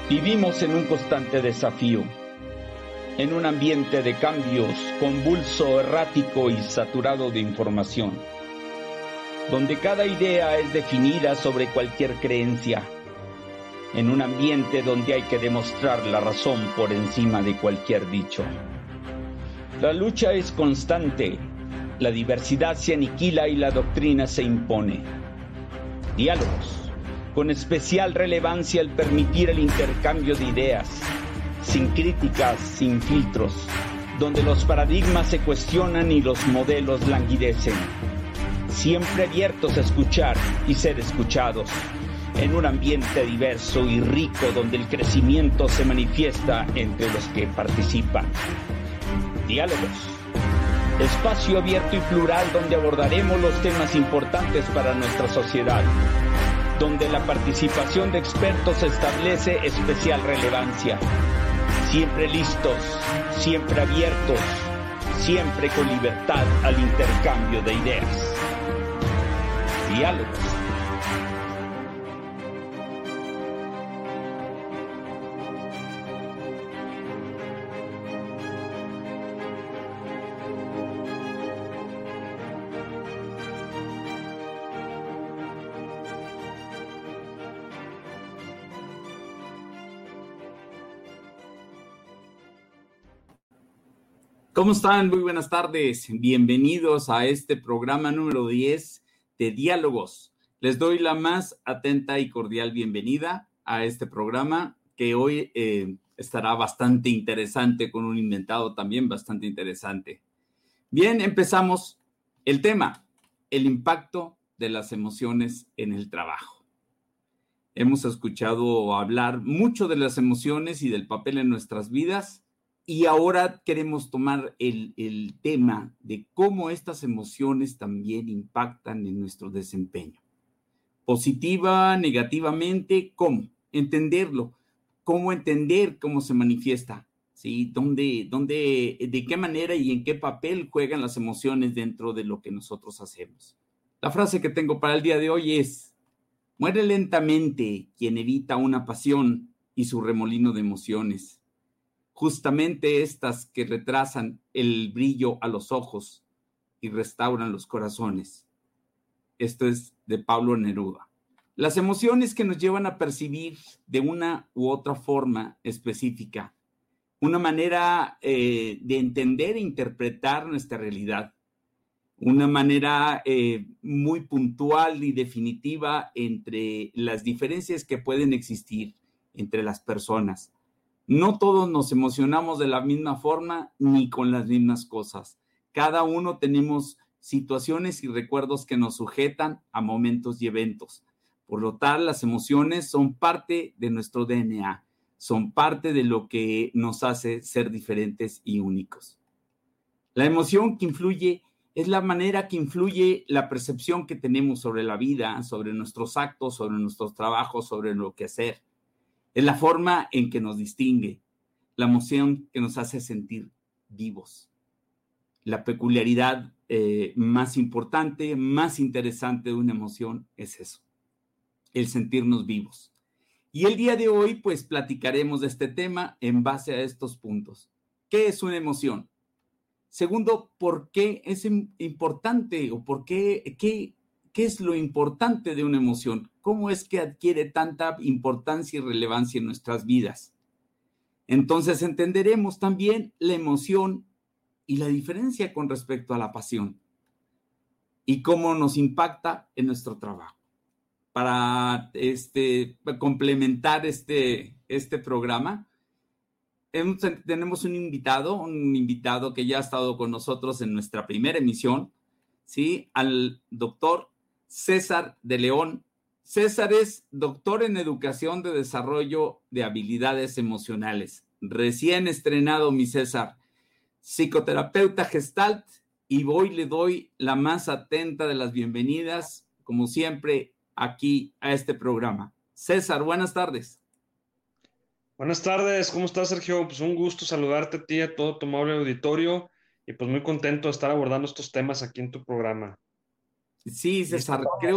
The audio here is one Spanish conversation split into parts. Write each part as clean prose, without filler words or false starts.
Vivimos en un constante desafío, en un ambiente de cambios convulso, errático y saturado de información, donde cada idea es definida sobre cualquier creencia, en un ambiente donde hay que demostrar la razón por encima de cualquier dicho. La lucha es constante, la diversidad se aniquila y la doctrina se impone. Diálogos, con especial relevancia al permitir el intercambio de ideas, sin críticas, sin filtros, donde los paradigmas se cuestionan y los modelos languidecen, siempre abiertos a escuchar y ser escuchados, en un ambiente diverso y rico donde el crecimiento se manifiesta entre los que participan. Diálogos, espacio abierto y plural donde abordaremos los temas importantes para nuestra sociedad, donde la participación de expertos establece especial relevancia. Siempre listos, siempre abiertos, siempre con libertad al intercambio de ideas. Diálogos. ¿Cómo están? Muy buenas tardes. Bienvenidos a este programa número 10 de Diálogos. Les doy la más atenta y cordial bienvenida a este programa que hoy estará bastante interesante con un invitado también bastante interesante. Bien, empezamos el tema, el impacto de las emociones en el trabajo. Hemos escuchado hablar mucho de las emociones y del papel en nuestras vidas. Y ahora queremos tomar el tema de cómo estas emociones también impactan en nuestro desempeño. Positiva, negativamente, ¿cómo? Entenderlo. ¿Cómo entender cómo se manifiesta? ¿Sí? ¿De qué manera y en qué papel juegan las emociones dentro de lo que nosotros hacemos? La frase que tengo para el día de hoy es: muere lentamente quien evita una pasión y su remolino de emociones. Justamente estas que retrasan el brillo a los ojos y restauran los corazones. Esto es de Pablo Neruda. Las emociones que nos llevan a percibir de una u otra forma específica, una manera de entender e interpretar nuestra realidad, una manera muy puntual y definitiva entre las diferencias que pueden existir entre las personas. No todos nos emocionamos de la misma forma ni con las mismas cosas. Cada uno tenemos situaciones y recuerdos que nos sujetan a momentos y eventos. Por lo tal, las emociones son parte de nuestro DNA, son parte de lo que nos hace ser diferentes y únicos. La emoción que influye es la manera que influye la percepción que tenemos sobre la vida, sobre nuestros actos, sobre nuestros trabajos, sobre lo que hacer. Es la forma en que nos distingue, la emoción que nos hace sentir vivos. La peculiaridad más importante, más interesante de una emoción es eso, el sentirnos vivos. Y el día de hoy, pues, platicaremos de este tema en base a estos puntos. ¿Qué es una emoción? Segundo, ¿por qué es importante o qué es lo importante de una emoción? ¿Cómo es que adquiere tanta importancia y relevancia en nuestras vidas? Entonces entenderemos también la emoción y la diferencia con respecto a la pasión y cómo nos impacta en nuestro trabajo. Para complementar este programa, tenemos un invitado que ya ha estado con nosotros en nuestra primera emisión, ¿sí? Al doctor César de León. César es doctor en Educación de Desarrollo de Habilidades Emocionales. Recién estrenado, mi César. Psicoterapeuta Gestalt, y hoy le doy la más atenta de las bienvenidas, como siempre, aquí a este programa. César, buenas tardes. Buenas tardes, ¿cómo estás, Sergio? Pues un gusto saludarte a ti y a todo tu amable auditorio y pues muy contento de estar abordando estos temas aquí en tu programa. Sí, César, creo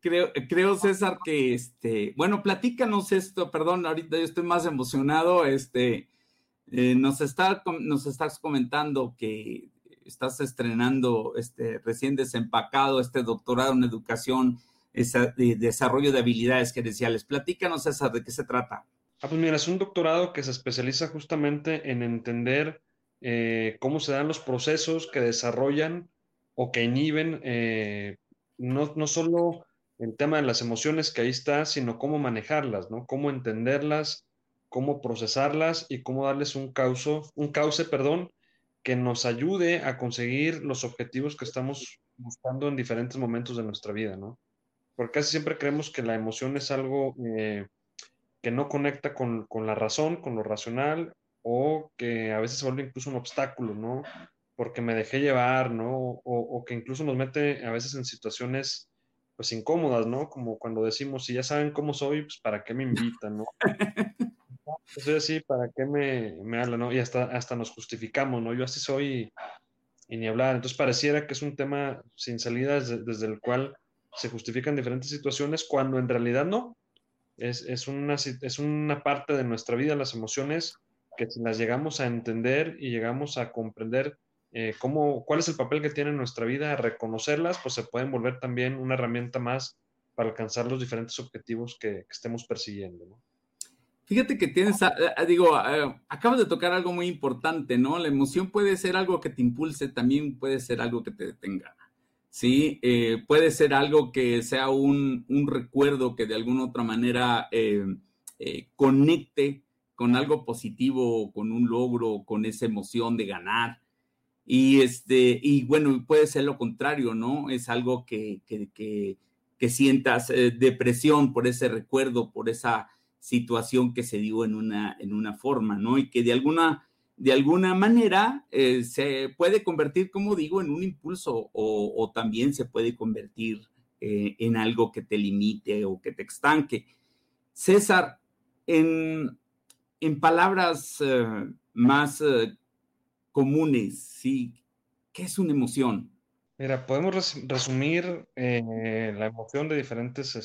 creo, César, que bueno, platícanos esto, perdón, ahorita yo estoy más emocionado, nos estás comentando que estás estrenando, recién desempacado, doctorado en educación, de desarrollo de habilidades gerenciales. Platícanos, César, ¿de qué se trata? Pues mira, es un doctorado que se especializa justamente en entender cómo se dan los procesos que desarrollan o que inhiben no solo el tema de las emociones que ahí está, sino cómo manejarlas, ¿no? Cómo entenderlas, cómo procesarlas y cómo darles un cauce, perdón, que nos ayude a conseguir los objetivos que estamos buscando en diferentes momentos de nuestra vida, ¿no? Porque casi siempre creemos que la emoción es algo que no conecta con la razón, con lo racional, o que a veces se vuelve incluso un obstáculo, ¿no? Porque me dejé llevar, ¿no? O que incluso nos mete a veces en situaciones, pues, incómodas, ¿no? Como cuando decimos, si ya saben cómo soy, pues, ¿para qué me invitan, no? Yo soy así, ¿para qué me hablan, no? Y hasta nos justificamos, ¿no? Yo así soy y ni hablar. Entonces pareciera que es un tema sin salida desde el cual se justifican diferentes situaciones cuando en realidad no. Es una parte de nuestra vida, las emociones, que si las llegamos a entender y llegamos a comprender cuál es el papel que tiene en nuestra vida, a reconocerlas, pues se pueden volver también una herramienta más para alcanzar los diferentes objetivos que estemos persiguiendo, ¿no? Fíjate que acabas de tocar algo muy importante, ¿no? La emoción puede ser algo que te impulse, también puede ser algo que te detenga. Sí, puede ser algo que sea un recuerdo que de alguna otra manera conecte con algo positivo, con un logro, con esa emoción de ganar. Y bueno, puede ser lo contrario, ¿no? Es algo que sientas depresión por ese recuerdo, por esa situación que se dio en una forma, ¿no? Y que de alguna manera se puede convertir, como digo, en un impulso o también se puede convertir en algo que te limite o que te estanque. César, en palabras más comunes, ¿sí? ¿Qué es una emoción? Mira, podemos resumir la emoción de diferentes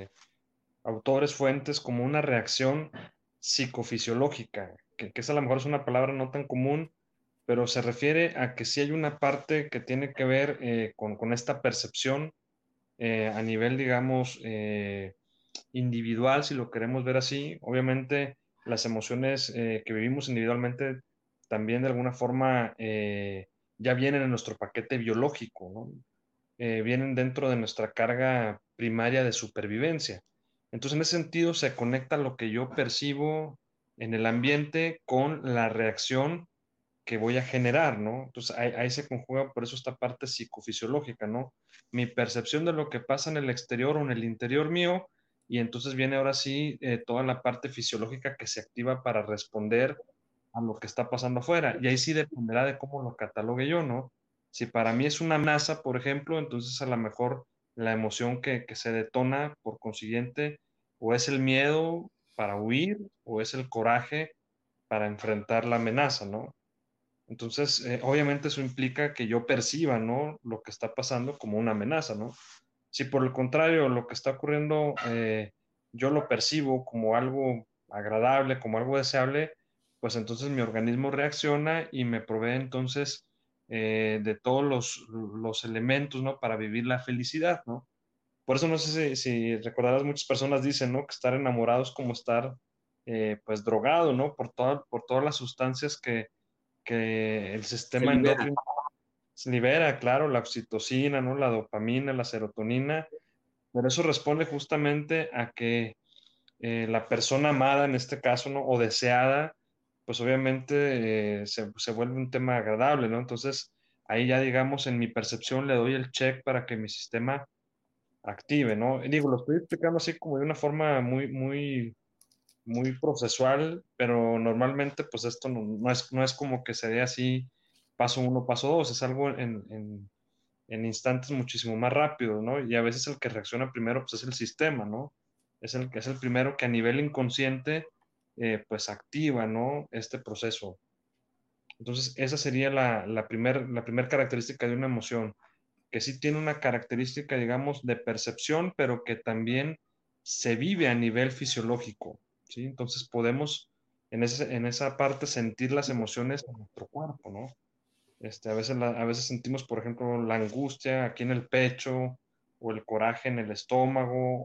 autores, fuentes, como una reacción psicofisiológica, que esa a lo mejor es una palabra no tan común, pero se refiere a que sí hay una parte que tiene que ver con esta percepción a nivel, digamos, individual, si lo queremos ver así. Obviamente, las emociones que vivimos individualmente también de alguna forma ya vienen en nuestro paquete biológico, ¿no? Vienen dentro de nuestra carga primaria de supervivencia. Entonces, en ese sentido, se conecta lo que yo percibo en el ambiente con la reacción que voy a generar, ¿no? Entonces, ahí se conjuga por eso esta parte psicofisiológica, ¿no? Mi percepción de lo que pasa en el exterior o en el interior mío, y entonces viene ahora sí toda la parte fisiológica que se activa para responder a lo que está pasando afuera. Y ahí sí dependerá de cómo lo catalogue yo, ¿no? Si para mí es una amenaza, por ejemplo, entonces a lo mejor la emoción que se detona por consiguiente o es el miedo para huir o es el coraje para enfrentar la amenaza, ¿no? Entonces, obviamente eso implica que yo perciba, ¿no? Lo que está pasando como una amenaza, ¿no? Si por el contrario lo que está ocurriendo yo lo percibo como algo agradable, como algo deseable, pues entonces mi organismo reacciona y me provee entonces de todos los elementos, ¿no? Para vivir la felicidad, ¿no? Por eso no sé si recordarás, muchas personas dicen, ¿no? Que estar enamorado es como estar, pues, drogado, ¿no? Por todas las sustancias que el Se sistema libera. endocrino libera, claro, la oxitocina, ¿no? La dopamina, la serotonina, pero eso responde justamente a que la persona amada, en este caso, ¿no? O deseada, pues obviamente se vuelve un tema agradable, ¿no? Entonces, ahí ya, digamos, en mi percepción le doy el check para que mi sistema active, ¿no? Y digo, lo estoy explicando así como de una forma muy procesual, pero normalmente pues esto no es como que se dé así paso uno, paso dos, es algo en instantes muchísimo más rápido, ¿no? Y a veces el que reacciona primero pues es el sistema, ¿no? Es el primero que a nivel inconsciente pues activa, ¿no? Este proceso. Entonces esa sería la primer característica de una emoción. que sí tiene una característica, digamos, de percepción, pero que también se vive a nivel fisiológico, ¿sí? Entonces podemos en esa parte sentir las emociones en nuestro cuerpo, ¿no? A veces sentimos, por ejemplo, la angustia aquí en el pecho o el coraje en el estómago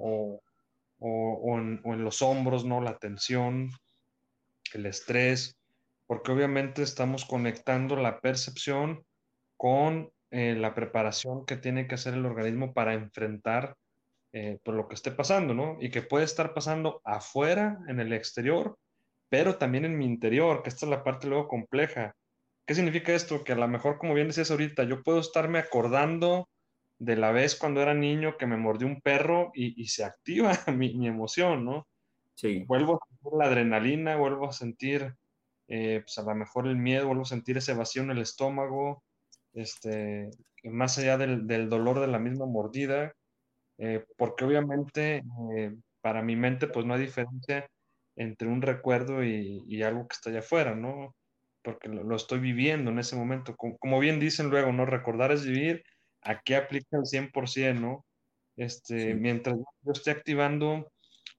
o en los hombros, ¿no? La tensión, el estrés, porque obviamente estamos conectando la percepción con la preparación que tiene que hacer el organismo para enfrentar por lo que esté pasando, ¿no? Y que puede estar pasando afuera, en el exterior, pero también en mi interior, que esta es la parte luego compleja. ¿Qué significa esto? Que a lo mejor, como bien decías ahorita, yo puedo estarme acordando de la vez cuando era niño que me mordió un perro y se activa mi emoción, ¿no? Sí, Vuelvo a sentir la adrenalina, vuelvo a sentir, pues a lo mejor el miedo, vuelvo a sentir ese vacío en el estómago, este, más allá del dolor de la misma mordida, porque obviamente para mi mente pues no hay diferencia entre un recuerdo y algo que está allá afuera, ¿no? Porque lo estoy viviendo en ese momento. Como bien dicen luego, ¿no? Recordar es vivir, aquí aplica el 100%, ¿no? sí, Mientras yo esté activando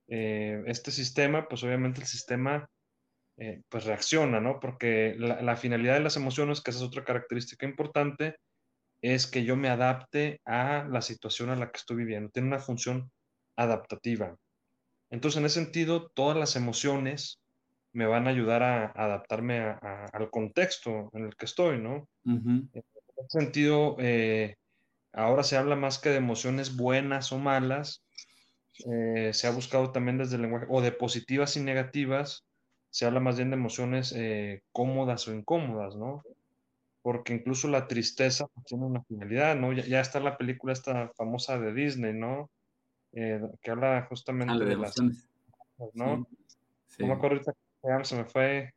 este sistema, pues obviamente el sistema pues reacciona, ¿no? Porque la finalidad de las emociones, que esa es otra característica importante, es que yo me adapte a la situación a la que estoy viviendo. Tiene una función adaptativa. Entonces, en ese sentido, todas las emociones me van a ayudar a adaptarme al contexto en el que estoy, ¿no? ujú, En ese sentido, ahora se habla más que de emociones buenas o malas, se ha buscado también desde el lenguaje, o de positivas y negativas, se habla más bien de emociones cómodas o incómodas, ¿no? Porque incluso la tristeza pues, tiene una finalidad, ¿no? Ya está la película esta famosa de Disney, ¿no? Que habla justamente la de de las, emociones, ¿no? sí, No me sí, acuerdo ahorita cómo se llama, se me fue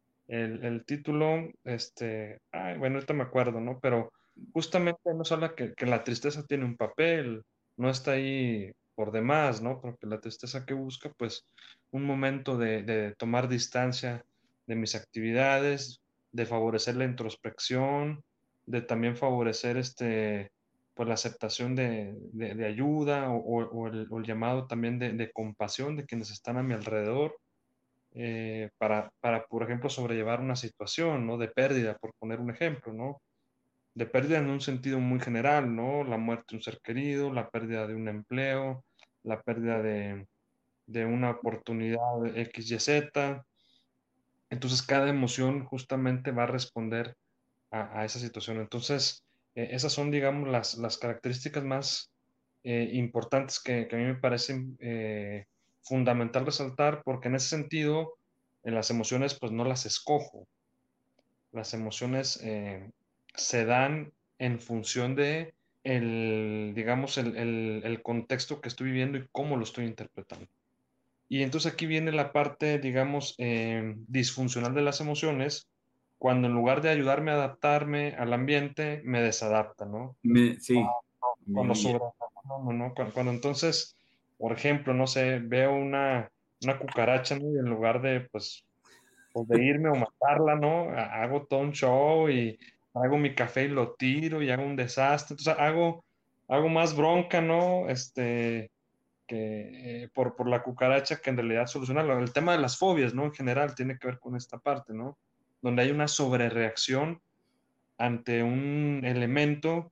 el título, ay, bueno, ahorita me acuerdo, ¿no? Pero justamente nos habla que la tristeza tiene un papel, no está ahí por demás, ¿no? Porque la tristeza que busca, pues, un momento de tomar distancia de mis actividades, de favorecer la introspección, de también favorecer pues la aceptación de ayuda o el llamado también de compasión de quienes están a mi alrededor por ejemplo, sobrellevar una situación, ¿no? De pérdida, por poner un ejemplo, ¿no? De pérdida en un sentido muy general, ¿no? La muerte de un ser querido, la pérdida de un empleo, la pérdida de una oportunidad de X, Y, Z. Entonces, cada emoción justamente va a responder a esa situación. Entonces, esas son, digamos, las características más importantes que a mí me parecen fundamental resaltar, porque en ese sentido, en las emociones, pues no las escojo. Las emociones se dan en función de digamos, el contexto que estoy viviendo y cómo lo estoy interpretando. Y entonces aquí viene la parte, digamos, disfuncional de las emociones, cuando en lugar de ayudarme a adaptarme al ambiente, me desadapta, ¿no? sí, Cuando me- sobre, ¿no? Cuando entonces, por ejemplo, no sé, veo una cucaracha, ¿no? Y en lugar de, pues de irme o matarla, ¿no? Hago todo un show y hago mi café y lo tiro y hago un desastre. Entonces hago más bronca, ¿no? Que por la cucaracha que en realidad solucionarlo. El tema de las fobias, ¿no? En general tiene que ver con esta parte, ¿no? Donde hay una sobrereacción ante un elemento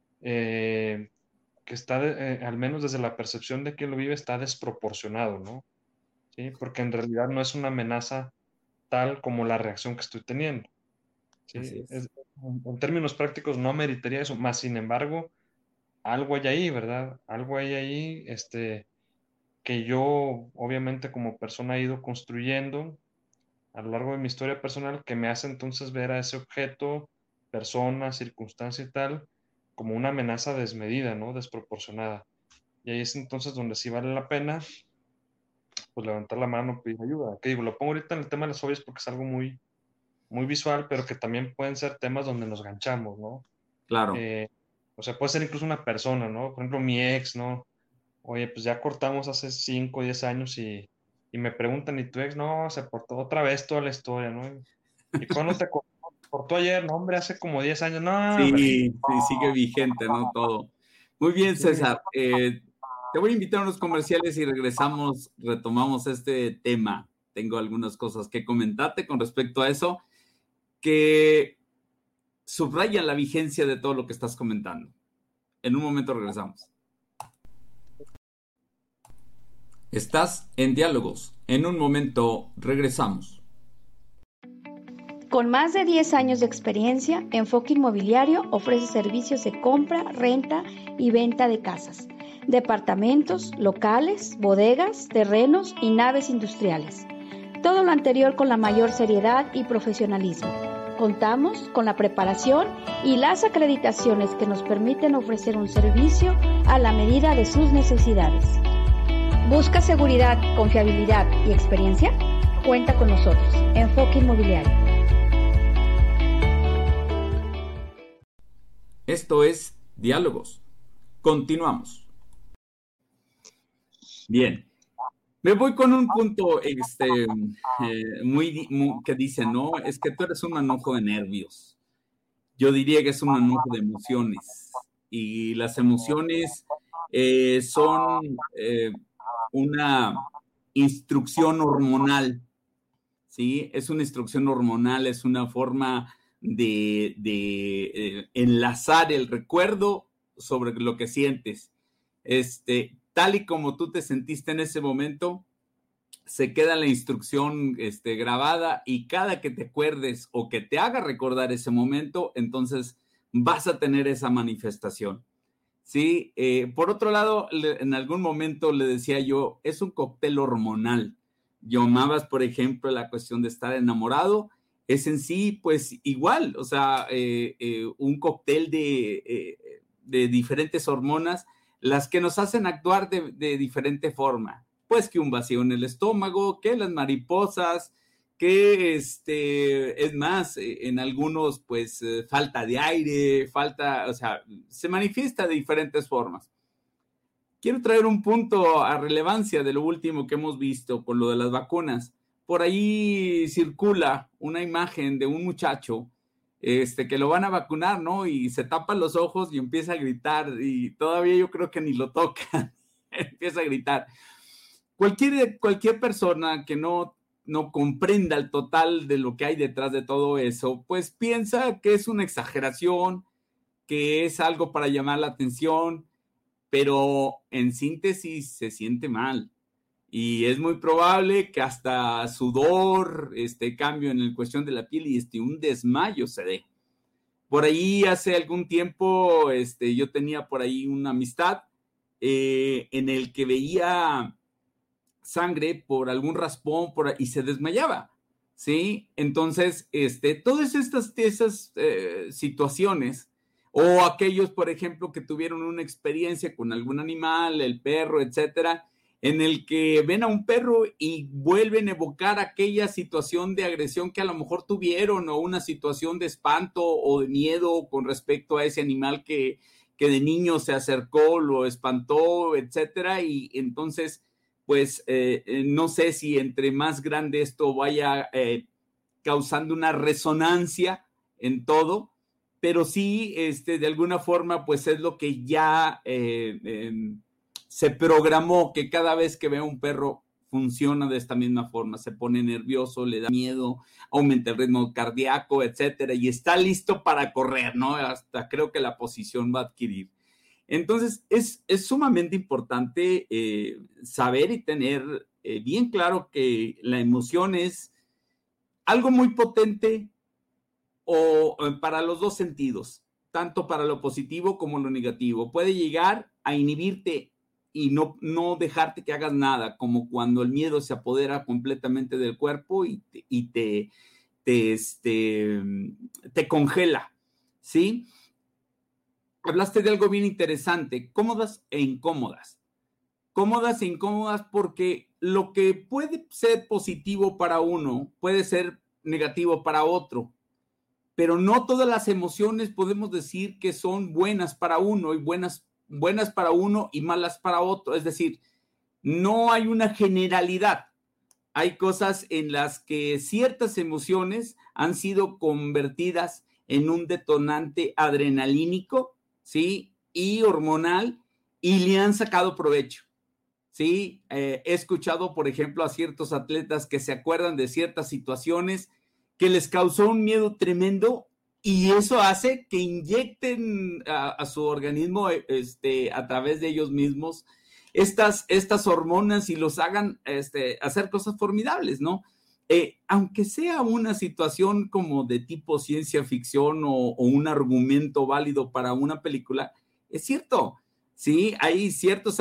que está, al menos desde la percepción de quien lo vive, está desproporcionado, ¿no? ¿Sí? Porque en realidad no es una amenaza tal como la reacción que estoy teniendo, ¿sí? así es. En términos prácticos no meritaría eso, más sin embargo, algo hay ahí, ¿verdad? Algo hay ahí, que yo obviamente como persona he ido construyendo a lo largo de mi historia personal que me hace entonces ver a ese objeto, persona, circunstancia y tal, como una amenaza desmedida, ¿no? Desproporcionada. Y ahí es entonces donde sí vale la pena, pues levantar la mano, pedir ayuda. Que digo, lo pongo ahorita en el tema de las fobias porque es algo muy, muy visual, pero que también pueden ser temas donde nos ganchamos, ¿no? Claro, Eh, o sea, puede ser incluso una persona, ¿no? Por ejemplo, mi ex, ¿no? Oye, pues ya cortamos hace 5 o 10 años y me preguntan, ¿y tu ex? No, se portó otra vez toda la historia, ¿no? ¿Y cuándo te cortó? cortó ayer, no, hombre, hace como 10 años, no, hombre. Sí, sí, sigue vigente, ¿no? Todo. Muy bien, César. Te voy a invitar a unos comerciales y regresamos, retomamos este tema. Tengo algunas cosas que comentarte con respecto a eso que subrayan la vigencia de todo lo que estás comentando. En un momento regresamos. Estás en Diálogos. En un momento regresamos. Con más de 10 años de experiencia, Enfoque Inmobiliario ofrece servicios de compra, renta y venta de casas, departamentos, locales, bodegas, terrenos y naves industriales. Todo lo anterior con la mayor seriedad y profesionalismo. Contamos con la preparación y las acreditaciones que nos permiten ofrecer un servicio a la medida de sus necesidades. ¿Busca seguridad, confiabilidad y experiencia? Cuenta con nosotros, Enfoque Inmobiliario. Esto es Diálogos. Continuamos. Bien. Me voy con un punto muy que dice, no, es que tú eres un manojo de nervios. Yo diría que es un manojo de emociones. Y las emociones son una instrucción hormonal, ¿sí? Es una instrucción hormonal, es una forma de enlazar el recuerdo sobre lo que sientes. Tal y como tú te sentiste en ese momento, se queda la instrucción grabada y cada que te acuerdes o que te haga recordar ese momento, entonces vas a tener esa manifestación. ¿Sí? Por otro lado, en algún momento le decía yo, es un cóctel hormonal. Llamabas, por ejemplo, la cuestión de estar enamorado, es en sí, pues igual, o sea, un cóctel de diferentes hormonas, las que nos hacen actuar de diferente forma. Pues que un vacío en el estómago, que las mariposas, que es más, en algunos, pues, falta de aire, o sea, se manifiesta de diferentes formas. Quiero traer un punto a relevancia de lo último que hemos visto con lo de las vacunas. Por ahí circula una imagen de un muchacho que lo van a vacunar, ¿no? Y se tapa los ojos y empieza a gritar y todavía yo creo que ni lo tocan. Empieza a gritar. Cualquier persona que no comprenda el total de lo que hay detrás de todo eso, pues piensa que es una exageración, que es algo para llamar la atención, pero en síntesis se siente mal. Y es muy probable que hasta sudor, cambio en la cuestión de la piel y un desmayo se dé. Por ahí hace algún tiempo yo tenía por ahí una amistad en el que veía sangre por algún raspón y se desmayaba, ¿sí? Entonces, todas esas situaciones o aquellos, por ejemplo, que tuvieron una experiencia con algún animal, el perro, etcétera, en el que ven a un perro y vuelven a evocar aquella situación de agresión que a lo mejor tuvieron o una situación de espanto o de miedo con respecto a ese animal que de niño se acercó, lo espantó, etcétera, y entonces pues no sé si entre más grande esto vaya causando una resonancia en todo, pero sí, de alguna forma, pues es lo que ya se programó, que cada vez que veo un perro funciona de esta misma forma, se pone nervioso, le da miedo, aumenta el ritmo cardíaco, etcétera, y está listo para correr, ¿no? Hasta creo que la posición va a adquirir. Entonces, es sumamente importante saber y tener bien claro que la emoción es algo muy potente para los dos sentidos, tanto para lo positivo como lo negativo. Puede llegar a inhibirte y no dejarte que hagas nada, como cuando el miedo se apodera completamente del cuerpo y te congela, ¿sí? Hablaste de algo bien interesante, cómodas e incómodas. Cómodas e incómodas porque lo que puede ser positivo para uno puede ser negativo para otro, pero no todas las emociones podemos decir que son buenas para uno y buenas para uno y malas para otro. Es decir, no hay una generalidad. hay cosas en las que ciertas emociones han sido convertidas en un detonante adrenalínico, ¿sí? Y hormonal, y le han sacado provecho. Sí, he escuchado, por ejemplo, a ciertos atletas que se acuerdan de ciertas situaciones que les causó un miedo tremendo y eso hace que inyecten a su organismo a través de ellos mismos estas hormonas y los hagan hacer cosas formidables, ¿no? Aunque sea una situación como de tipo ciencia ficción o un argumento válido para una película, es cierto. Sí, hay ciertos,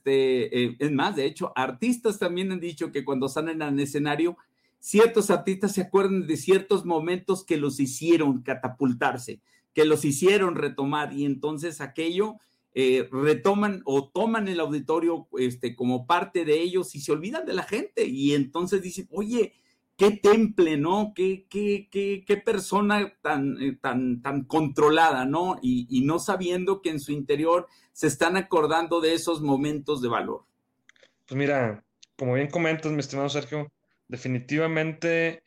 es más, de hecho, artistas también han dicho que cuando salen al escenario, ciertos artistas se acuerdan de ciertos momentos que los hicieron catapultarse, que los hicieron retomar, y entonces aquello retoman o toman el auditorio como parte de ellos y se olvidan de la gente, y entonces dicen, oye, qué temple, ¿no? Qué persona tan controlada, ¿no? Y no sabiendo que en su interior se están acordando de esos momentos de valor. Pues mira, como bien comentas, mi estimado Sergio, definitivamente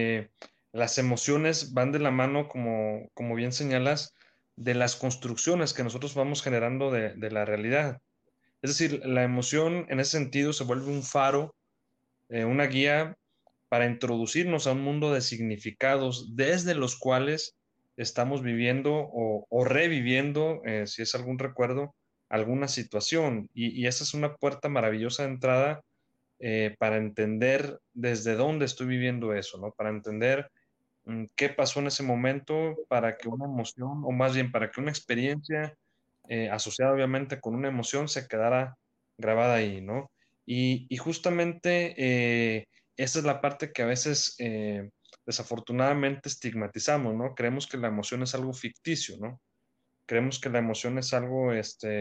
las emociones van de la mano, como bien señalas, de las construcciones que nosotros vamos generando de la realidad. Es decir, la emoción en ese sentido se vuelve un faro, una guía para introducirnos a un mundo de significados desde los cuales estamos viviendo o reviviendo, si es algún recuerdo, alguna situación. Y esa es una puerta maravillosa de entrada para entender desde dónde estoy viviendo eso, ¿no? Para entender qué pasó en ese momento, para que una emoción, o más bien para que una experiencia asociada obviamente con una emoción se quedara grabada ahí, ¿no? Y justamente esa es la parte que a veces desafortunadamente estigmatizamos, ¿no? Creemos que la emoción es algo ficticio, ¿no? Creemos que la emoción es algo,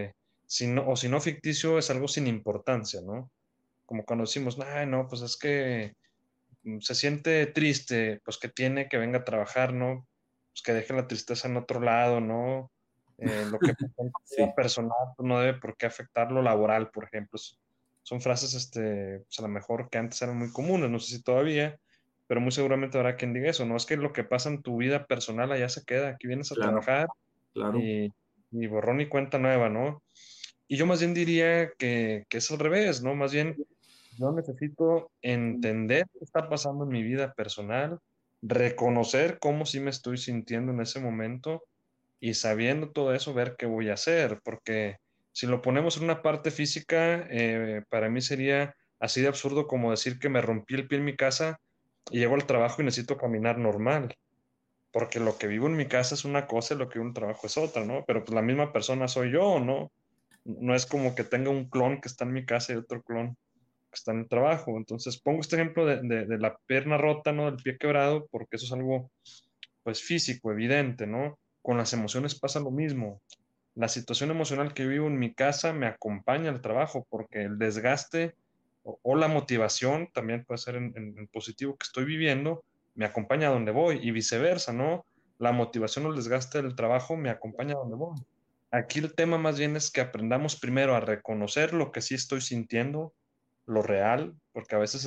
o si no ficticio, es algo sin importancia, ¿no? Como cuando decimos, ay, no, pues es que se siente triste, pues que tiene que venga a trabajar, ¿no? Pues que deje la tristeza en otro lado, ¿no? Lo que pasa en la vida Sí, personal pues, no debe por qué afectar lo laboral, por ejemplo. Son frases, pues a lo mejor que antes eran muy comunes, no sé si todavía, pero muy seguramente habrá quien diga eso, ¿no? Es que lo que pasa en tu vida personal allá se queda, aquí vienes a claro, trabajar claro. y borrón y cuenta nueva, ¿no? Y yo más bien diría que es al revés, ¿no? Más bien yo necesito entender qué está pasando en mi vida personal, reconocer cómo sí me estoy sintiendo en ese momento y sabiendo todo eso, ver qué voy a hacer, porque si lo ponemos en una parte física, para mí sería así de absurdo como decir que me rompí el pie en mi casa y llego al trabajo y necesito caminar normal, porque lo que vivo en mi casa es una cosa y lo que vivo en el trabajo es otra, ¿no? Pero pues la misma persona soy yo, ¿no? No es como que tenga un clon que está en mi casa y otro clon que está en el trabajo. Entonces, pongo este ejemplo de la pierna rota, ¿no? Del pie quebrado, porque eso es algo, pues, físico, evidente, ¿no? Con las emociones pasa lo mismo. La situación emocional que vivo en mi casa me acompaña al trabajo, porque el desgaste o la motivación, también puede ser en positivo que estoy viviendo, me acompaña a donde voy y viceversa, ¿no? La motivación o el desgaste del trabajo me acompaña a donde voy. Aquí el tema más bien es que aprendamos primero a reconocer lo que sí estoy sintiendo, lo real, porque a veces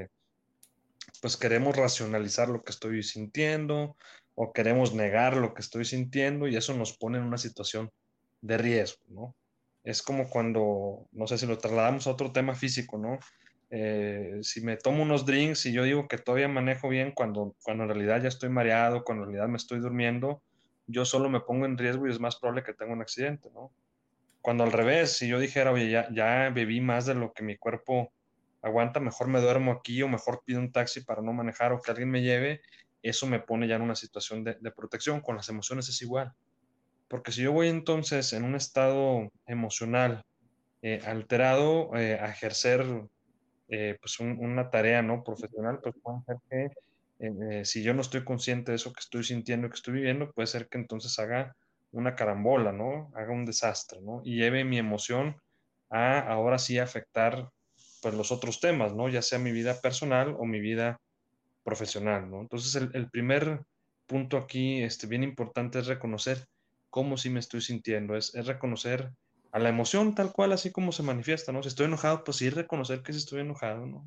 pues queremos racionalizar lo que estoy sintiendo o queremos negar lo que estoy sintiendo y eso nos pone en una situación de riesgo, ¿no? Es como cuando, no sé si lo trasladamos a otro tema físico, ¿no? Si me tomo unos drinks y yo digo que todavía manejo bien cuando en realidad ya estoy mareado, cuando en realidad me estoy durmiendo, yo solo me pongo en riesgo y es más probable que tenga un accidente, ¿no? Cuando al revés, si yo dijera, oye, ya bebí más de lo que mi cuerpo aguanta, mejor me duermo aquí o mejor pido un taxi para no manejar o que alguien me lleve, eso me pone ya en una situación de protección. Con las emociones es igual. Porque si yo voy entonces en un estado emocional alterado a ejercer pues una tarea no profesional, pues puede ser que si yo no estoy consciente de eso que estoy sintiendo, que estoy viviendo, puede ser que entonces haga una carambola, ¿no? Haga un desastre, ¿no? Y lleve mi emoción a ahora sí afectar pues los otros temas, ¿no? Ya sea mi vida personal o mi vida profesional, ¿no? Entonces el primer punto aquí, bien importante es reconocer cómo sí me estoy sintiendo, es reconocer a la emoción tal cual, así como se manifiesta, ¿no? Si estoy enojado, pues sí reconocer que sí estoy enojado, ¿no?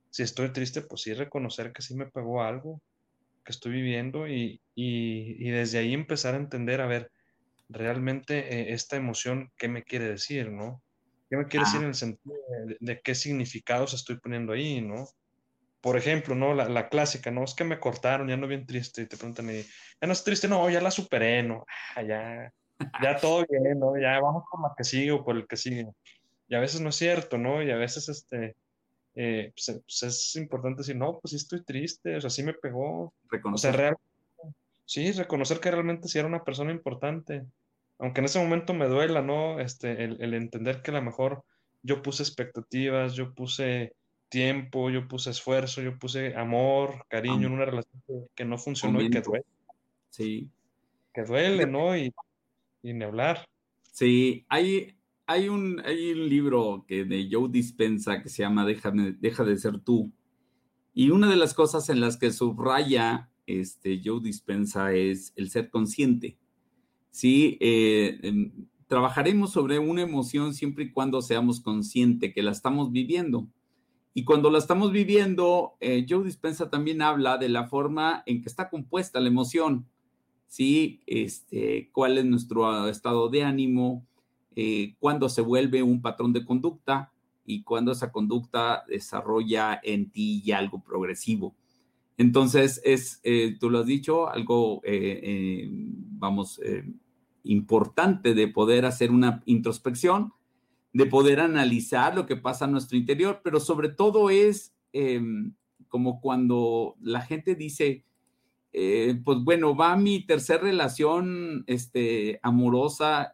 Si estoy triste, pues sí reconocer que sí me pegó algo que estoy viviendo y desde ahí empezar a entender, a ver, realmente esta emoción, ¿qué me quiere decir, no? ¿Qué me quiere decir Ah, en el sentido de qué significados estoy poniendo ahí, ¿no? Por ejemplo, ¿no? La clásica, ¿no? Es que me cortaron, ya no bien triste, y te preguntan, ya no es triste, no, ya la superé, ¿no? Ya todo bien, ¿no? Ya vamos por la que sigue o por el que sigue. Y a veces no es cierto, ¿no? Y a veces, pues es importante decir, no, pues sí estoy triste, o sea, sí me pegó. O sea, reconocer. sí, reconocer que realmente sí era una persona importante. Aunque en ese momento me duela, ¿no? El entender que a lo mejor yo puse expectativas, yo puse tiempo, yo puse esfuerzo, yo puse amor, cariño en una relación que no funcionó y Momento. Sí. que duele, Fíjate, ¿no? Y ni hablar. sí, hay un libro de Joe Dispenza que se llama Deja de ser tú. Y una de las cosas en las que subraya Joe Dispenza es el ser consciente. Sí, trabajaremos sobre una emoción siempre y cuando seamos conscientes que la estamos viviendo. Y cuando la estamos viviendo, Joe Dispenza también habla de la forma en que está compuesta la emoción. ¿Sí? Cuál es nuestro estado de ánimo, cuándo se vuelve un patrón de conducta y cuándo esa conducta desarrolla en ti ya algo progresivo. Entonces, tú lo has dicho, algo, vamos, importante de poder hacer una introspección, de poder analizar lo que pasa en nuestro interior, pero sobre todo es como cuando la gente dice, pues bueno, va mi tercera relación amorosa,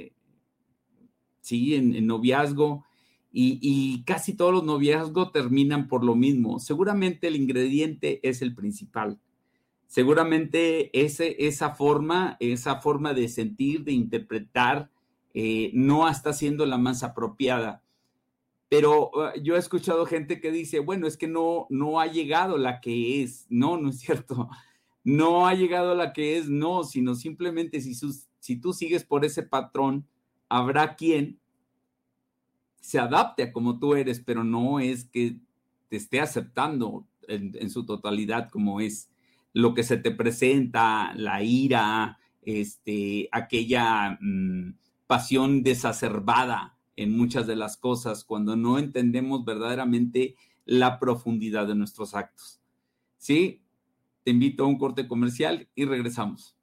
sí, en noviazgo, y casi todos los noviazgos terminan por lo mismo. Seguramente el ingrediente es el principal. Seguramente esa forma de sentir, de interpretar, no está siendo la más apropiada. Pero yo he escuchado gente que dice, bueno, es que no ha llegado la que es. No, no es cierto. No ha llegado a la que es, no, sino simplemente si tú sigues por ese patrón, habrá quien se adapte a como tú eres, pero no es que te esté aceptando en su totalidad como es lo que se te presenta, la ira, aquella pasión desacerbada en muchas de las cosas, cuando no entendemos verdaderamente la profundidad de nuestros actos. ¿Sí? Te invito a un corte comercial y regresamos.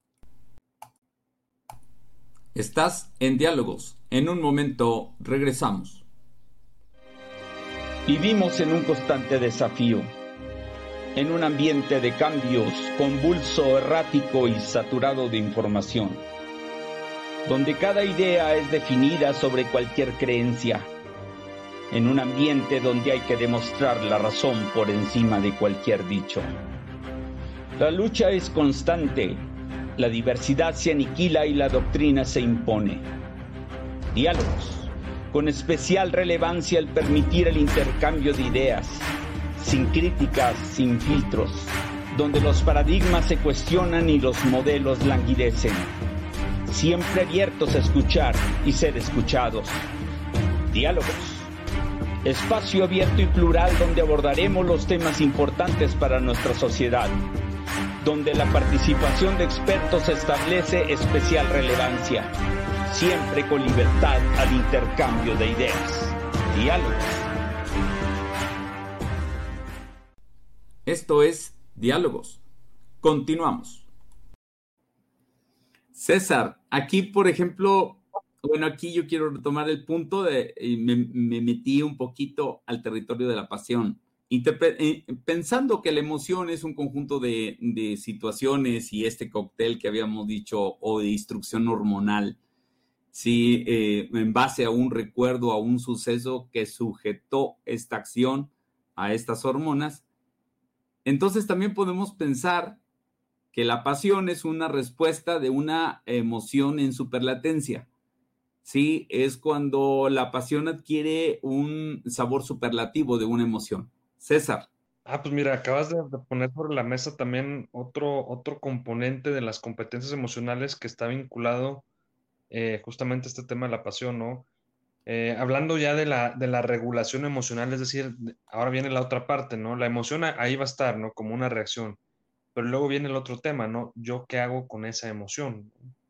Estás en Diálogos. En un momento regresamos. Vivimos en un constante desafío, en un ambiente de cambios convulso, errático y saturado de información, donde cada idea es definida sobre cualquier creencia, en un ambiente donde hay que demostrar la razón por encima de cualquier dicho. La lucha es constante, la diversidad se aniquila y la doctrina se impone. Diálogos, con especial relevancia el permitir el intercambio de ideas, sin críticas, sin filtros, donde los paradigmas se cuestionan y los modelos languidecen. Siempre abiertos a escuchar y ser escuchados. Diálogos, espacio abierto y plural donde abordaremos los temas importantes para nuestra sociedad, donde la participación de expertos establece especial relevancia, siempre con libertad al intercambio de ideas. Diálogos. Esto es Diálogos. Continuamos. César, aquí, por ejemplo, bueno, aquí yo quiero retomar el punto me metí un poquito al territorio de la pasión, pensando que la emoción es un conjunto de situaciones y este cóctel que habíamos dicho, o de instrucción hormonal, ¿sí? En base a un recuerdo, a un suceso que sujetó esta acción a estas hormonas. Entonces también podemos pensar que la pasión es una respuesta de una emoción en superlatencia. Sí, es cuando la pasión adquiere un sabor superlativo de una emoción. César. Pues mira, acabas de poner sobre la mesa también otro componente de las competencias emocionales que está vinculado justamente a este tema de la pasión, ¿no? Hablando ya de la regulación emocional, es decir, ahora viene la otra parte, ¿no? La emoción ahí va a estar, ¿no? Como una reacción, pero luego viene el otro tema, ¿no? ¿Yo qué hago con esa emoción?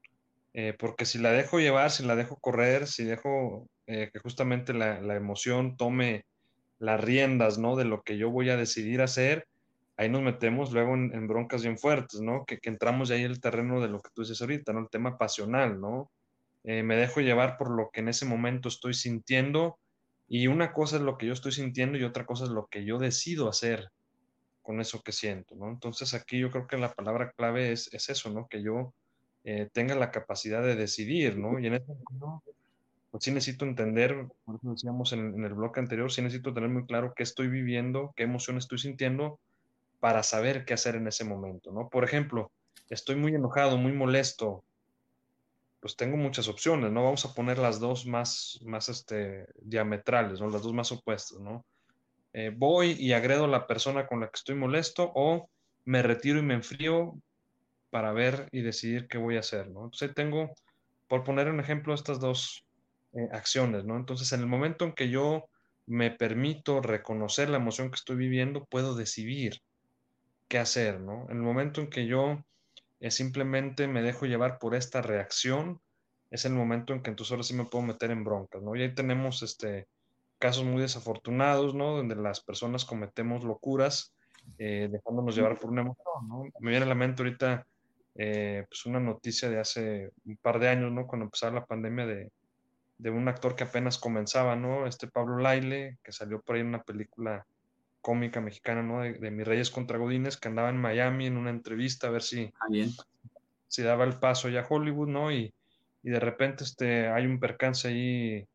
Porque si la dejo llevar, si la dejo correr, si dejo que justamente la emoción tome las riendas, ¿no? De lo que yo voy a decidir hacer, ahí nos metemos luego en broncas bien fuertes, ¿no? Que entramos ya ahí en el terreno de lo que tú dices ahorita, ¿no? El tema pasional, ¿no? Me dejo llevar por lo que en ese momento estoy sintiendo y una cosa es lo que yo estoy sintiendo y otra cosa es lo que yo decido hacer con eso que siento, ¿no? Entonces aquí yo creo que la palabra clave es eso, ¿no? Que yo tenga la capacidad de decidir, ¿no? Y en ese sentido, pues sí necesito entender, por eso decíamos en el bloque anterior, sí necesito tener muy claro qué estoy viviendo, qué emoción estoy sintiendo para saber qué hacer en ese momento, ¿no? Por ejemplo, estoy muy enojado, muy molesto, pues tengo muchas opciones, ¿no? Vamos a poner las dos más diametrales, ¿no? Las dos más opuestas, ¿no? Voy y agredo a la persona con la que estoy molesto o me retiro y me enfrío para ver y decidir qué voy a hacer, ¿no? Entonces tengo, por poner un ejemplo, estas dos acciones, ¿no? Entonces, en el momento en que yo me permito reconocer la emoción que estoy viviendo, puedo decidir qué hacer, ¿no? En el momento en que yo simplemente me dejo llevar por esta reacción, es el momento en que entonces ahora sí me puedo meter en broncas, ¿no? Y ahí tenemos casos muy desafortunados, ¿no? Donde las personas cometemos locuras dejándonos llevar por una emoción, ¿no? Me viene a la mente ahorita pues una noticia de hace un par de años, ¿no? Cuando empezaba la pandemia de un actor que apenas comenzaba, ¿no? Pablo Laile, que salió por ahí en una película cómica mexicana, ¿no? De Mis Reyes contra Godines, que andaba en Miami en una entrevista a ver Ah, bien. si daba el paso ya a Hollywood, ¿no? Y de repente hay un percance ahí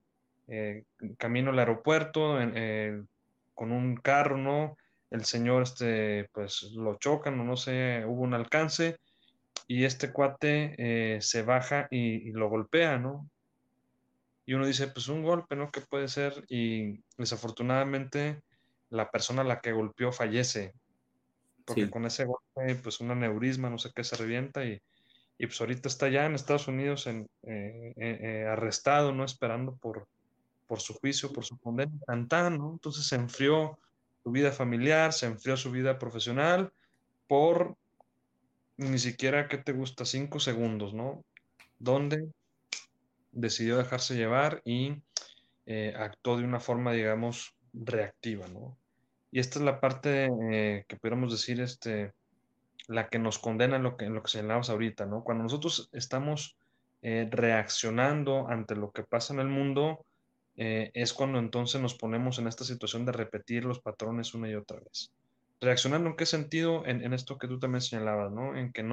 camino al aeropuerto con un carro, ¿no? El señor, pues lo chocan o no sé, hubo un alcance y este cuate se baja y lo golpea, ¿no? Y uno dice, pues un golpe, ¿no? ¿Qué puede ser? Y desafortunadamente la persona a la que golpeó fallece, porque Sí, con ese golpe, pues un aneurisma, no sé qué, se revienta y pues ahorita está ya en Estados Unidos arrestado, ¿no? Esperando por su juicio, por su condena, tan, tan, ¿no? Entonces se enfrió su vida familiar, se enfrió su vida profesional por ni siquiera, ¿qué te gusta? 5 segundos, ¿no? Donde decidió dejarse llevar y actuó de una forma, digamos, reactiva, ¿no? Y esta es la parte que pudiéramos decir, la que nos condena en lo que señalamos ahorita, ¿no? Cuando nosotros estamos reaccionando ante lo que pasa en el mundo, es cuando entonces nos ponemos en esta situación de repetir los patrones una y otra vez. ¿Reaccionando en qué sentido? En esto que tú también señalabas, ¿no? En que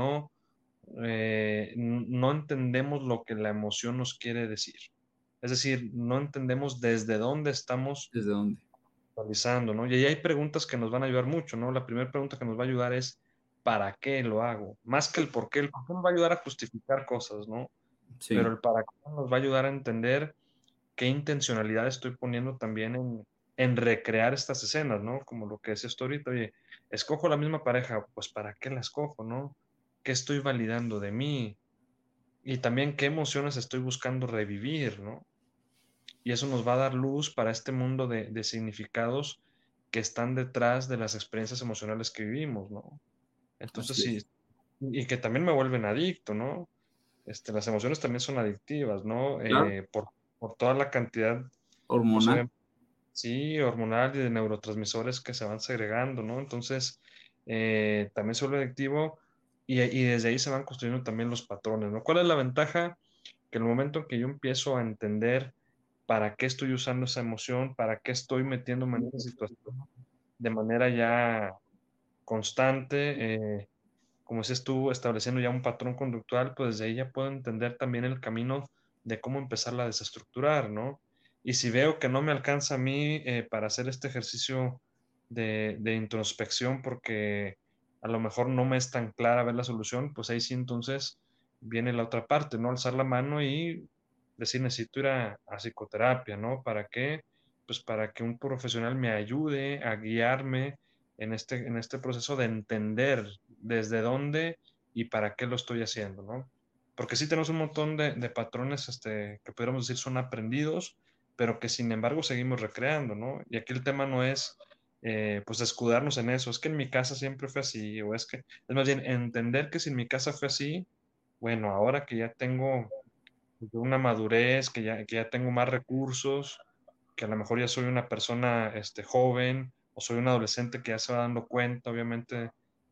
no entendemos lo que la emoción nos quiere decir. Es decir, no entendemos desde dónde estamos ¿desde dónde? realizando, ¿no? Y ahí hay preguntas que nos van a ayudar mucho, ¿no? La primera pregunta que nos va a ayudar es, ¿para qué lo hago? Más que el por qué nos va a ayudar a justificar cosas, ¿no? Pero Sí, el para qué nos va a ayudar a entender qué intencionalidad estoy poniendo también en recrear estas escenas, ¿no? Como lo que decías tú ahorita, oye, escojo la misma pareja, pues ¿para qué la escojo, no? ¿Qué estoy validando de mí? Y también qué emociones estoy buscando revivir, ¿no? Y eso nos va a dar luz para este mundo de significados que están detrás de las experiencias emocionales que vivimos, ¿no? Entonces así sí, es. y que también me vuelven adicto, ¿no? Las emociones también son adictivas, ¿no? Claro, Por toda la cantidad, pues hormonal. obviamente, sí, hormonal y de neurotransmisores que se van segregando, ¿no? Entonces, también se vuelve adictivo y desde ahí se van construyendo también los patrones, ¿no? ¿Cuál es la ventaja? Que en el momento en que yo empiezo a entender para qué estoy usando esa emoción, para qué estoy metiéndome en esa situación de manera ya constante, como dices tú, estableciendo ya un patrón conductual, pues desde ahí ya puedo entender también el camino de cómo empezarla a desestructurar, ¿no? Y si veo que no me alcanza a mí para hacer este ejercicio de introspección, porque a lo mejor no me es tan clara ver la solución, pues ahí sí entonces viene la otra parte, ¿no? Alzar la mano y decir, necesito ir a psicoterapia, ¿no? ¿Para qué? Pues para que un profesional me ayude a guiarme en este proceso de entender desde dónde y para qué lo estoy haciendo, ¿no? Porque sí tenemos un montón de patrones que podríamos decir son aprendidos, pero que sin embargo seguimos recreando, ¿no? Y aquí el tema no es, pues, escudarnos en eso, es que en mi casa siempre fue así, o es más bien entender que si en mi casa fue así, bueno, ahora que ya tengo una madurez, que ya tengo más recursos, que a lo mejor ya soy una persona joven o soy un adolescente que ya se va dando cuenta, obviamente,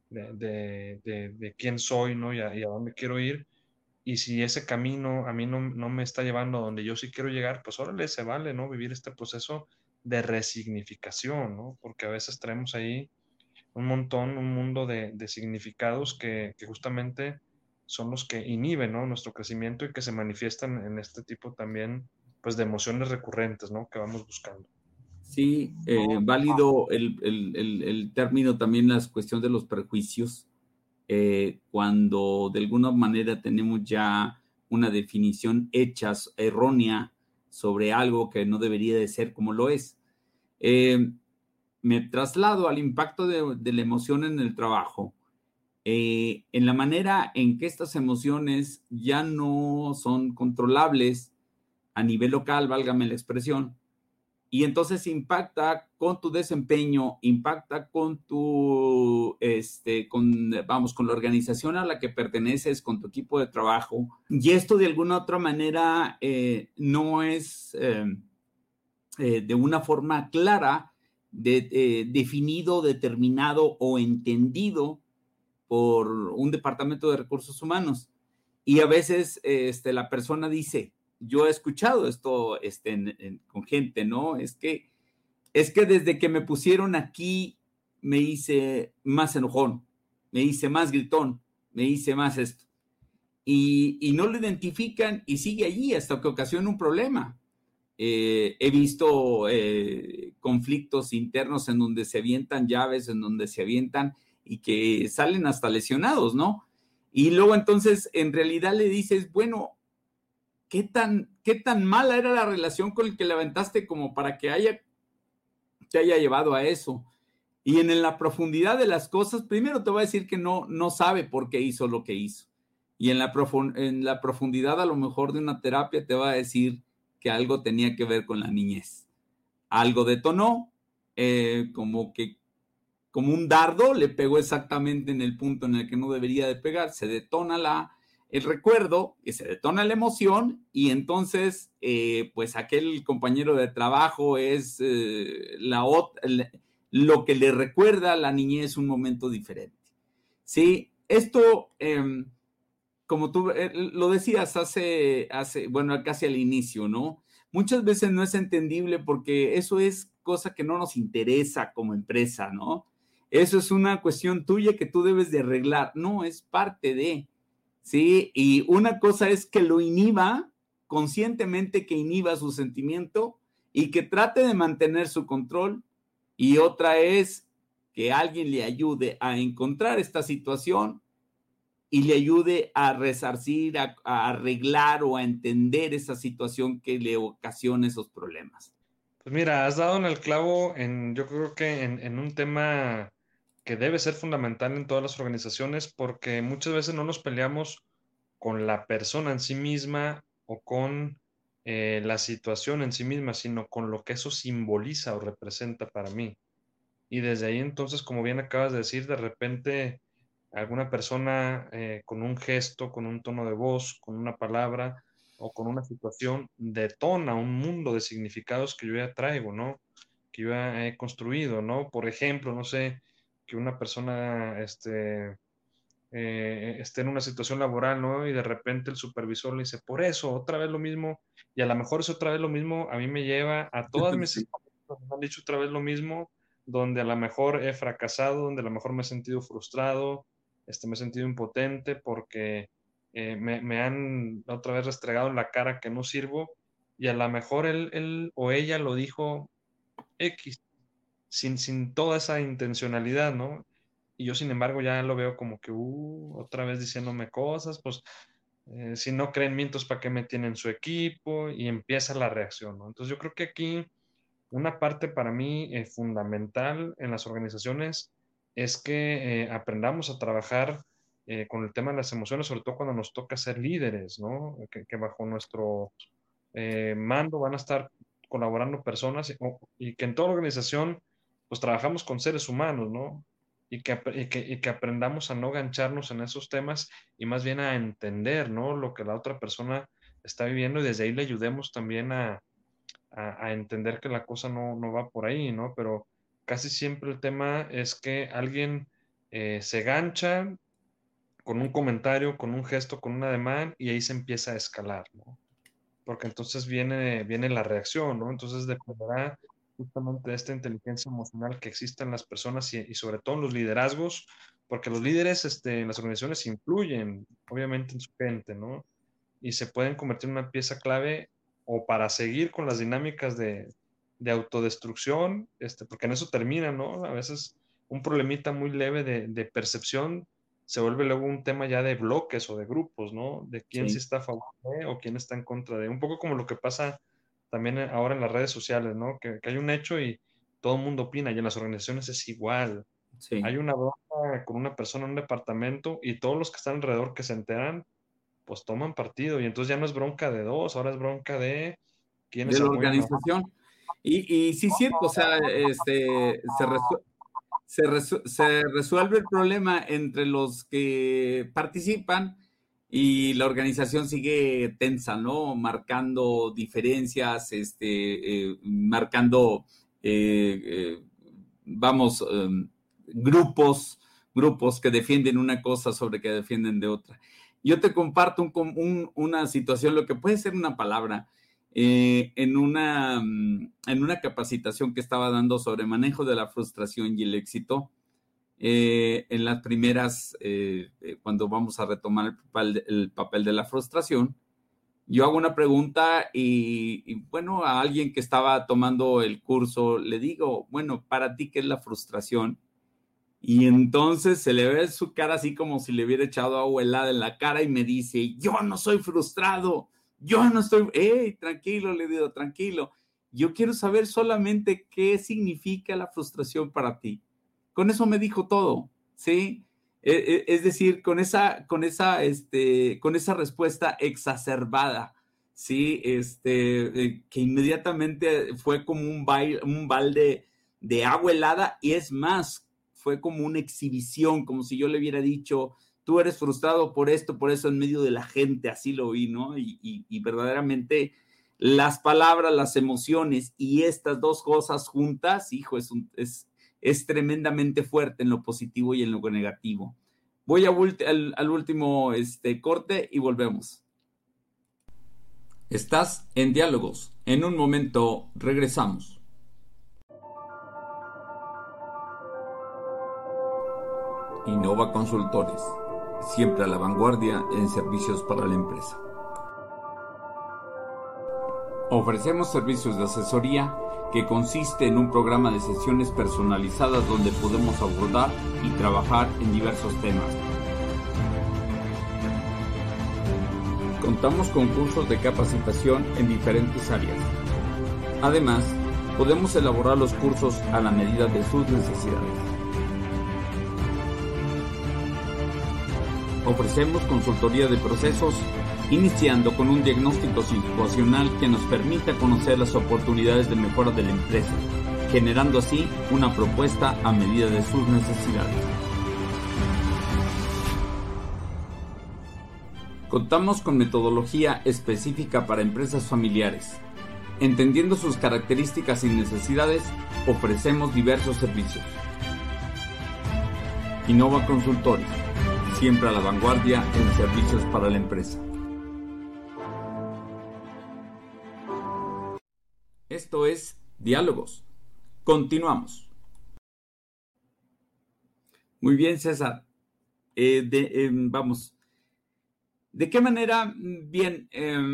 de quién soy, ¿no? Y a dónde quiero ir. Y si ese camino a mí no me está llevando a donde yo sí quiero llegar, pues órale, se vale, ¿no? Vivir este proceso de resignificación, ¿no? Porque a veces traemos ahí un mundo de significados que justamente son los que inhiben, ¿no? Nuestro crecimiento y que se manifiestan en este tipo también, pues, de emociones recurrentes, ¿no? Que vamos buscando. Sí, válido el término también, la cuestión de los prejuicios, cuando de alguna manera tenemos ya una definición hecha, errónea, sobre algo que no debería de ser como lo es. Me traslado al impacto de la emoción en el trabajo, en la manera en que estas emociones ya no son controlables a nivel local, válgame la expresión, y entonces impacta con tu desempeño, impacta con con la organización a la que perteneces, con tu equipo de trabajo. Y esto de alguna otra manera no es de una forma clara definido, determinado o entendido por un departamento de recursos humanos. Y a veces la persona dice, yo he escuchado esto con gente, ¿no? Es que desde que me pusieron aquí me hice más enojón, me hice más gritón, me hice más esto. Y no lo identifican y sigue allí hasta que ocasiona un problema. He visto conflictos internos en donde se avientan llaves, en donde se avientan y que salen hasta lesionados, ¿no? Y luego entonces en realidad le dices, bueno, ¿qué tan mala era la relación con el que le aventaste como para que te haya llevado a eso? Y en la profundidad de las cosas, primero te va a decir que no sabe por qué hizo lo que hizo. Y en la profundidad a lo mejor de una terapia te va a decir que algo tenía que ver con la niñez. Algo detonó, como un dardo, le pegó exactamente en el punto en el que no debería de pegar, se detona el recuerdo, y se detona la emoción, y entonces, pues aquel compañero de trabajo es lo que le recuerda a la niñez un momento diferente. Sí, esto, como tú lo decías bueno, casi al inicio, ¿no? Muchas veces no es entendible porque eso es cosa que no nos interesa como empresa, ¿no? Eso es una cuestión tuya que tú debes de arreglar. No, es parte de, ¿sí? Y una cosa es que lo inhiba, conscientemente que inhiba su sentimiento y que trate de mantener su control. Y otra es que alguien le ayude a encontrar esta situación y le ayude a resarcir, a arreglar o a entender esa situación que le ocasiona esos problemas. Pues mira, has dado en el clavo yo creo que en un tema que debe ser fundamental en todas las organizaciones, porque muchas veces no nos peleamos con la persona en sí misma o con la situación en sí misma, sino con lo que eso simboliza o representa para mí. Y desde ahí entonces, como bien acabas de decir, de repente alguna persona con un gesto, con un tono de voz, con una palabra o con una situación detona un mundo de significados que yo ya traigo, ¿no? Que yo ya he construido, ¿no? Por ejemplo, no sé, que una persona esté en una situación laboral, ¿no? Y de repente el supervisor le dice, por eso, otra vez lo mismo, y a lo mejor es otra vez lo mismo, a mí me lleva a todas mis Sí. experiencias, me han dicho otra vez lo mismo, donde a lo mejor he fracasado, donde a lo mejor me he sentido frustrado, me he sentido impotente porque me han otra vez restregado en la cara que no sirvo, y a lo mejor él o ella lo dijo X, sin toda esa intencionalidad, ¿no? Y yo, sin embargo, ya lo veo como que, otra vez diciéndome cosas, pues, si no creen mientos, ¿para qué me tienen su equipo? Y empieza la reacción, ¿no? Entonces, yo creo que aquí una parte para mí fundamental en las organizaciones es que aprendamos a trabajar con el tema de las emociones, sobre todo cuando nos toca ser líderes, ¿no? Que bajo nuestro mando van a estar colaborando personas y que en toda organización pues trabajamos con seres humanos, ¿no? Y que aprendamos a no gancharnos en esos temas y más bien a entender, ¿no? Lo que la otra persona está viviendo y desde ahí le ayudemos también a entender que la cosa no va por ahí, ¿no? Pero casi siempre el tema es que alguien se gancha con un comentario, con un gesto, con un ademán y ahí se empieza a escalar, ¿no? Porque entonces viene la reacción, ¿no? Entonces dependerá justamente de esta inteligencia emocional que existe en las personas y sobre todo en los liderazgos, porque los líderes en las organizaciones influyen, obviamente, en su gente, ¿no? Y se pueden convertir en una pieza clave o para seguir con las dinámicas de autodestrucción, porque en eso termina, ¿no? A veces un problemita muy leve de percepción se vuelve luego un tema ya de bloques o de grupos, ¿no? De quién sí Sí, está a favor de o quién está en contra de. Un poco como lo que pasa también ahora en las redes sociales, ¿no? Que hay un hecho y todo el mundo opina y en las organizaciones es igual. sí. Hay una bronca con una persona en un departamento y todos los que están alrededor que se enteran, pues toman partido y entonces ya no es bronca de dos, ahora es bronca de De quienes la apoyan a... organización. Y sí, cierto, o sea, se resuelve el problema entre los que participan y la organización sigue tensa, ¿no? Marcando diferencias, marcando, eh, eh, vamos, grupos que defienden una cosa sobre que defienden de otra. Yo te comparto una situación, lo que puede ser una palabra, en una capacitación que estaba dando sobre manejo de la frustración y el éxito. En las primeras, cuando vamos a retomar el papel de la frustración, yo hago una pregunta y, bueno, a alguien que estaba tomando el curso le digo, bueno, ¿para ti qué es la frustración? Y entonces se le ve su cara así como si le hubiera echado agua helada en la cara y me dice, yo no soy frustrado, yo no estoy, hey, tranquilo, le digo, tranquilo, yo quiero saber solamente qué significa la frustración para ti. Con eso me dijo todo, ¿sí? Es decir, con esa respuesta exacerbada, ¿sí? Que inmediatamente fue como un balde de agua helada y es más, fue como una exhibición, como si yo le hubiera dicho, tú eres frustrado por esto, por eso en medio de la gente, así lo vi, ¿no? Y verdaderamente las palabras, las emociones y estas dos cosas juntas, hijo, es tremendamente fuerte en lo positivo y en lo negativo. Voy al último corte y volvemos. Estás en Diálogos. En un momento regresamos. Innova Consultores, siempre a la vanguardia en servicios para la empresa. Ofrecemos servicios de asesoría que consiste en un programa de sesiones personalizadas donde podemos abordar y trabajar en diversos temas. Contamos con cursos de capacitación en diferentes áreas. Además, podemos elaborar los cursos a la medida de sus necesidades. Ofrecemos consultoría de procesos, iniciando con un diagnóstico situacional que nos permita conocer las oportunidades de mejora de la empresa, generando así una propuesta a medida de sus necesidades. Contamos con metodología específica para empresas familiares. Entendiendo sus características y necesidades, ofrecemos diversos servicios. Innova Consultores, siempre a la vanguardia en servicios para la empresa. Esto es Diálogos. Continuamos. Muy bien, César. Vamos. ¿De qué manera? Bien,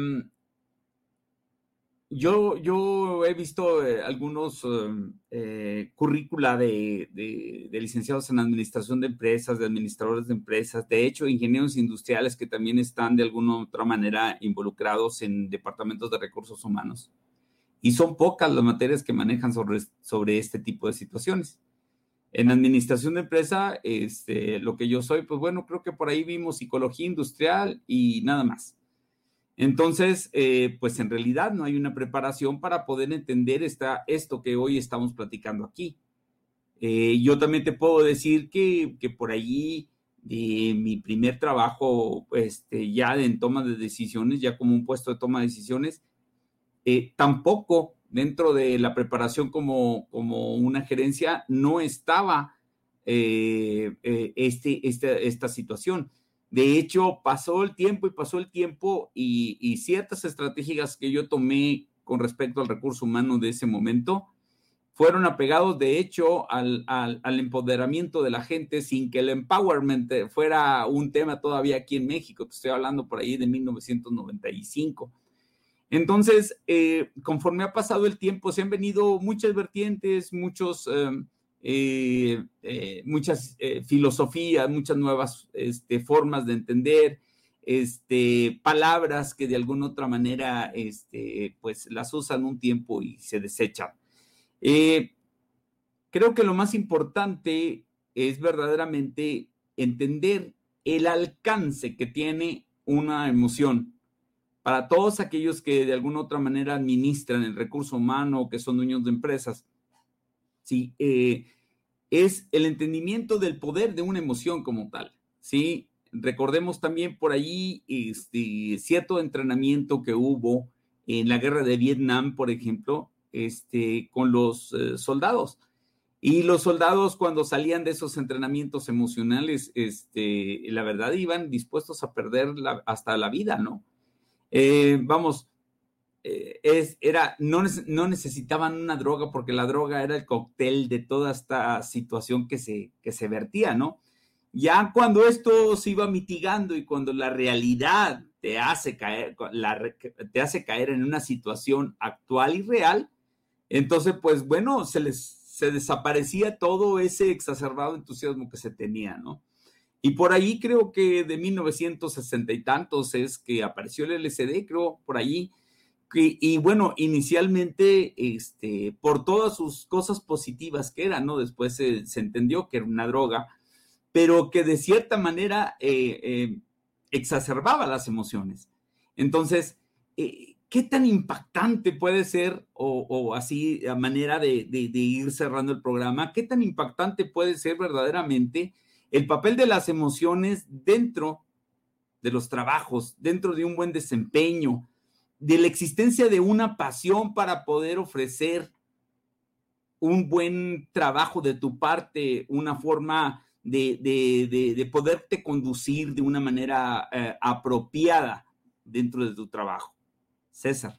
yo he visto algunos currícula de licenciados en administración de empresas, de administradores de empresas, de hecho, ingenieros industriales que también están de alguna u otra manera involucrados en departamentos de recursos humanos. Y son pocas las materias que manejan sobre este tipo de situaciones. En administración de empresa, lo que yo soy, pues bueno, creo que por ahí vimos psicología industrial y nada más. Entonces, pues en realidad no hay una preparación para poder entender esto que hoy estamos platicando aquí. Yo también te puedo decir que por allí de mi primer trabajo, ya en toma de decisiones, ya como un puesto de toma de decisiones, tampoco dentro de la preparación como una gerencia no estaba esta situación. De hecho, pasó el tiempo y ciertas estrategias que yo tomé con respecto al recurso humano de ese momento fueron apegados, de hecho, al empoderamiento de la gente sin que el empowerment fuera un tema todavía aquí en México. Te estoy hablando por ahí de 1995. Entonces, conforme ha pasado el tiempo, se han venido muchas vertientes, muchas filosofías, muchas nuevas formas de entender, palabras que de alguna otra manera pues las usan un tiempo y se desechan. Creo que lo más importante es verdaderamente entender el alcance que tiene una emoción. Para todos aquellos que de alguna otra manera administran el recurso humano, que son dueños de empresas, ¿sí? Es el entendimiento del poder de una emoción como tal, ¿sí? Recordemos también por ahí cierto entrenamiento que hubo en la guerra de Vietnam, por ejemplo, con los soldados. Y los soldados, cuando salían de esos entrenamientos emocionales, la verdad iban dispuestos a perder hasta la vida, ¿no? No necesitaban una droga porque la droga era el cóctel de toda esta situación que se vertía, ¿no? Ya cuando esto se iba mitigando y cuando la realidad te hace caer en una situación actual y real, entonces, pues bueno, se desaparecía todo ese exacerbado entusiasmo que se tenía, ¿no? Y por ahí creo que de 1960 y tantos es que apareció el LSD, creo, por ahí. Y bueno, inicialmente, por todas sus cosas positivas que eran, ¿no? Después se entendió que era una droga, pero que de cierta manera exacerbaba las emociones. Entonces, ¿qué tan impactante puede ser, o así a manera de ir cerrando el programa, qué tan impactante puede ser verdaderamente el papel de las emociones dentro de los trabajos, dentro de un buen desempeño, de la existencia de una pasión para poder ofrecer un buen trabajo de tu parte, una forma de poderte conducir de una manera apropiada dentro de tu trabajo? César.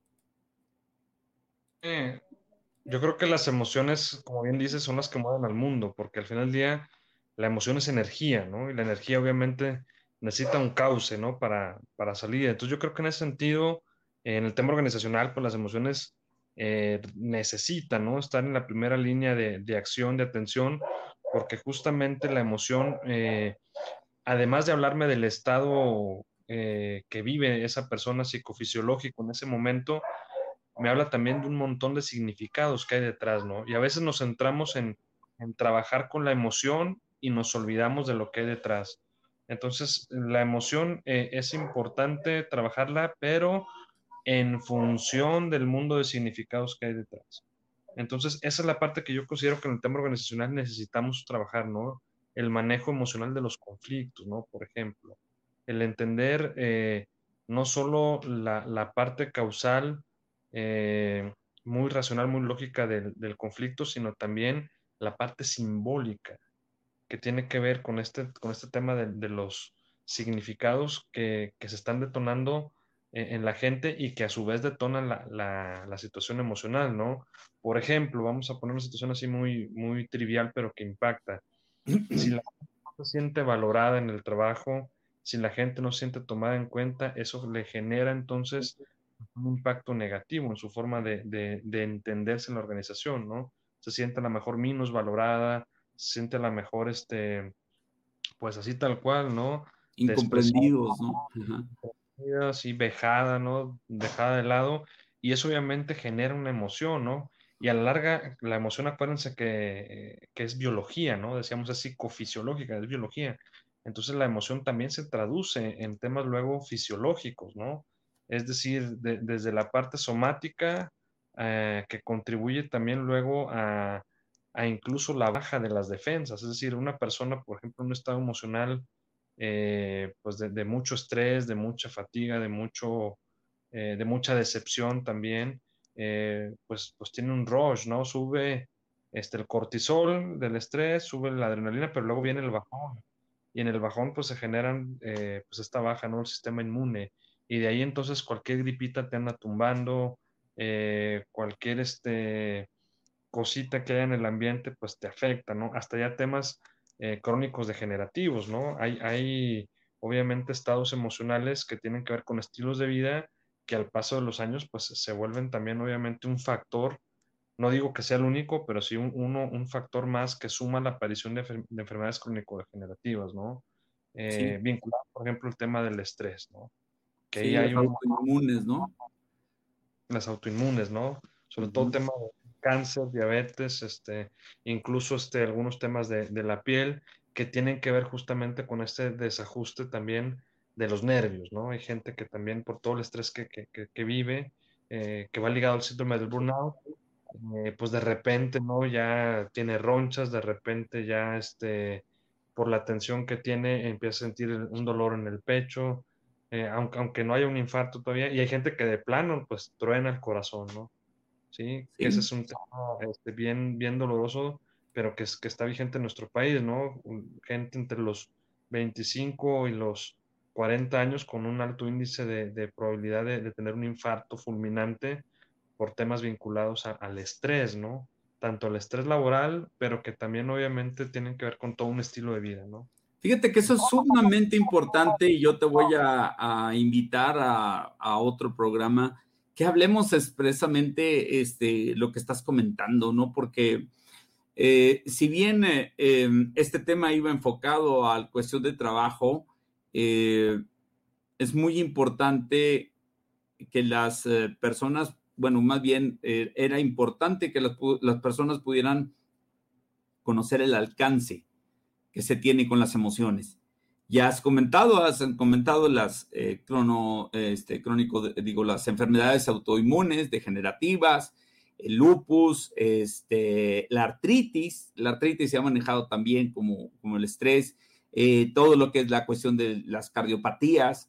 Yo creo que las emociones, como bien dices, son las que mueven al mundo, porque al final del día la emoción es energía, ¿no? Y la energía obviamente necesita un cauce, ¿no? Para salir. Entonces yo creo que en ese sentido, en el tema organizacional, pues las emociones necesitan, ¿no? Estar en la primera línea de acción, de atención, porque justamente la emoción, además de hablarme del estado que vive esa persona psicofisiológico en ese momento, me habla también de un montón de significados que hay detrás, ¿no? Y a veces nos centramos en trabajar con la emoción y nos olvidamos de lo que hay detrás. Entonces, la emoción es importante trabajarla, pero en función del mundo de significados que hay detrás. Entonces, esa es la parte que yo considero que en el tema organizacional necesitamos trabajar, ¿no? El manejo emocional de los conflictos, ¿no? Por ejemplo, el entender no solo la parte causal, eh, muy racional, muy lógica del conflicto, sino también la parte simbólica que tiene que ver con este tema de los significados que se están detonando en la gente y que a su vez detonan la situación emocional, ¿no? Por ejemplo, vamos a poner una situación así muy, muy trivial, pero que impacta. Si la gente no se siente valorada en el trabajo, si la gente no se siente tomada en cuenta, eso le genera entonces un impacto negativo en su forma de entenderse en la organización, ¿no? Se siente a lo mejor menos valorada, se siente a lo mejor, pues así tal cual, ¿no? Despreciada, Incomprendidos, ¿no? Ajá. así vejada, ¿no? Dejada de lado, y eso obviamente genera una emoción, ¿no? Y a la larga, la emoción, acuérdense que es biología, ¿no? Decíamos, es psicofisiológica, es biología. Entonces la emoción también se traduce en temas luego fisiológicos, ¿no? es decir, desde la parte somática, que contribuye también luego a incluso la baja de las defensas. Es decir, una persona, por ejemplo, en un estado emocional, pues de mucho estrés, de mucha fatiga, de mucha decepción también, pues tiene un rush, ¿no? Sube el cortisol del estrés, sube la adrenalina, pero luego viene el bajón. Y en el bajón pues se generan pues esta baja, ¿no? El sistema inmune. Y de ahí entonces cualquier gripita te anda tumbando, cualquier cosita que haya en el ambiente pues te afecta, ¿no? Hasta ya temas crónicos degenerativos, ¿no? Hay obviamente estados emocionales que tienen que ver con estilos de vida que al paso de los años pues se vuelven también obviamente un factor, no digo que sea el único, pero sí un factor más que suma a la aparición de enfermedades crónico-degenerativas, ¿no? Sí, Vinculado, por ejemplo, el tema del estrés, ¿no? Que sí, ahí los hay autoinmunes, ¿no? las autoinmunes, ¿no? Sobre todo tema de cáncer, diabetes, incluso algunos temas de la piel que tienen que ver justamente con este desajuste también de los nervios, ¿no? Hay gente que también por todo el estrés que vive, que va ligado al síndrome del burnout, pues de repente, ¿no? Ya tiene ronchas, de repente ya, por la tensión que tiene, empieza a sentir un dolor en el pecho, aunque no haya un infarto todavía, y hay gente que de plano, pues, truena el corazón, ¿no? Sí, que ese Sí, es un tema, bien, bien doloroso, pero que está vigente en nuestro país, ¿no? Gente entre los 25 y los 40 años con un alto índice de probabilidad de tener un infarto fulminante por temas vinculados al estrés, ¿no? Tanto el estrés laboral, pero que también obviamente tienen que ver con todo un estilo de vida, ¿no? fíjate que eso es sumamente importante y yo te voy a invitar a otro programa que hablemos expresamente lo que estás comentando, ¿no? Porque si bien este tema iba enfocado a la cuestión de trabajo, es muy importante que las personas, bueno, más bien era importante que las personas pudieran conocer el alcance que se tiene con las emociones. Ya has comentado las las enfermedades autoinmunes, degenerativas, el lupus, la artritis se ha manejado también como el estrés, todo lo que es la cuestión de las cardiopatías,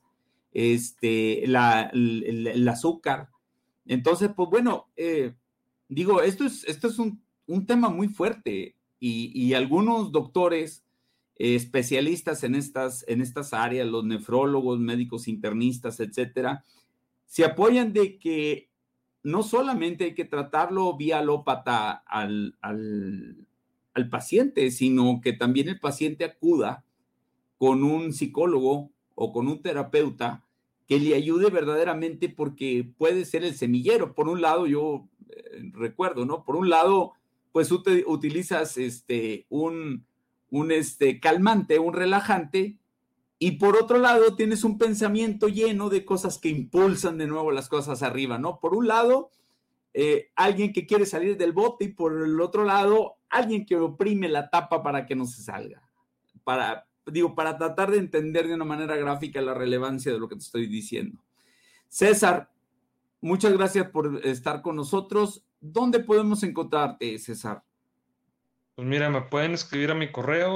el azúcar. Entonces, pues bueno, esto es un tema muy fuerte y algunos doctores especialistas en estas áreas, los nefrólogos, médicos internistas, etcétera, se apoyan de que no solamente hay que tratarlo vía alópata al paciente, sino que también el paciente acuda con un psicólogo o con un terapeuta que le ayude verdaderamente, porque puede ser el semillero. Por un lado, yo recuerdo, ¿no? Por un lado, pues tú utilizas un calmante, un relajante, y por otro lado tienes un pensamiento lleno de cosas que impulsan de nuevo las cosas arriba, ¿no? Por un lado, alguien que quiere salir del bote, y por el otro lado, alguien que oprime la tapa para que no se salga. Para tratar de entender de una manera gráfica la relevancia de lo que te estoy diciendo. César, muchas gracias por estar con nosotros. ¿Dónde podemos encontrarte, César? Pues mira, me pueden escribir a mi correo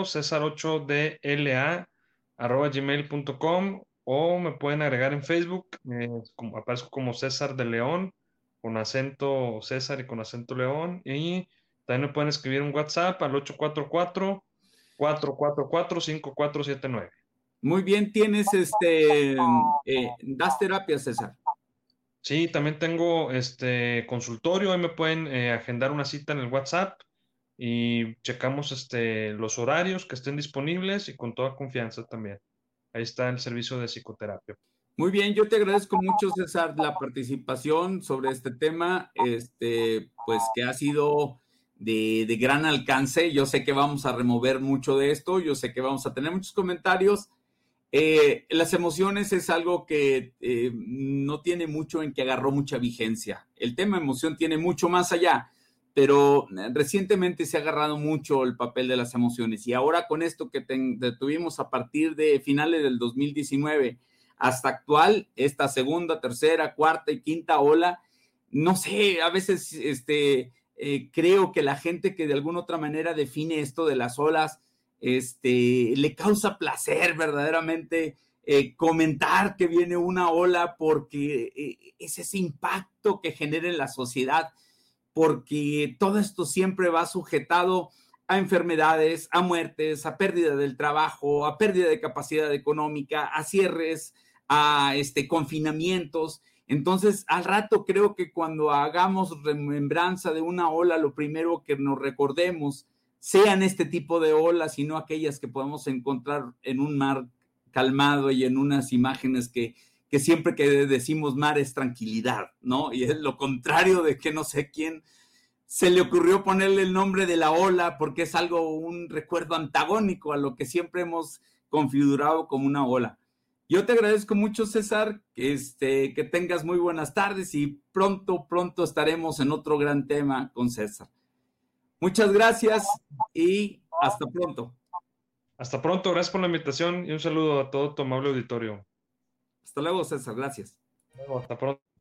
cesar8dla@gmail.com, o me pueden agregar en Facebook, aparezco como César de León, con acento César y con acento León, y también me pueden escribir un WhatsApp al 844-444-5479. Muy bien, tienes das terapia, César. Sí, también tengo consultorio, ahí me pueden agendar una cita en el WhatsApp y checamos los horarios que estén disponibles, y con toda confianza también. Ahí está el servicio de psicoterapia. Muy bien, yo te agradezco mucho, César, la participación sobre este tema, pues que ha sido de gran alcance. Yo sé que vamos a remover mucho de esto, yo sé que vamos a tener muchos comentarios. Las emociones es algo que no tiene mucho en que agarró mucha vigencia. El tema emoción tiene mucho más allá, pero recientemente se ha agarrado mucho el papel de las emociones, y ahora con esto que tuvimos a partir de finales del 2019 hasta actual, esta segunda, tercera, cuarta y quinta ola. No sé, a veces creo que la gente que de alguna otra manera define esto de las olas, le causa placer verdaderamente comentar que viene una ola, porque es ese impacto que genera en la sociedad, porque todo esto siempre va sujetado a enfermedades, a muertes, a pérdida del trabajo, a pérdida de capacidad económica, a cierres, a confinamientos. Entonces, al rato creo que cuando hagamos remembranza de una ola, lo primero que nos recordemos sean este tipo de olas y no aquellas que podemos encontrar en un mar calmado y en unas imágenes que siempre que decimos mar es tranquilidad, ¿no? Y es lo contrario de que no sé quién se le ocurrió ponerle el nombre de la ola, porque es un recuerdo antagónico a lo que siempre hemos configurado como una ola. Yo te agradezco mucho, César, que tengas muy buenas tardes y pronto estaremos en otro gran tema con César. Muchas gracias y hasta pronto. Hasta pronto, gracias por la invitación y un saludo a todo tu amable auditorio. Hasta luego, César, gracias. Hasta pronto.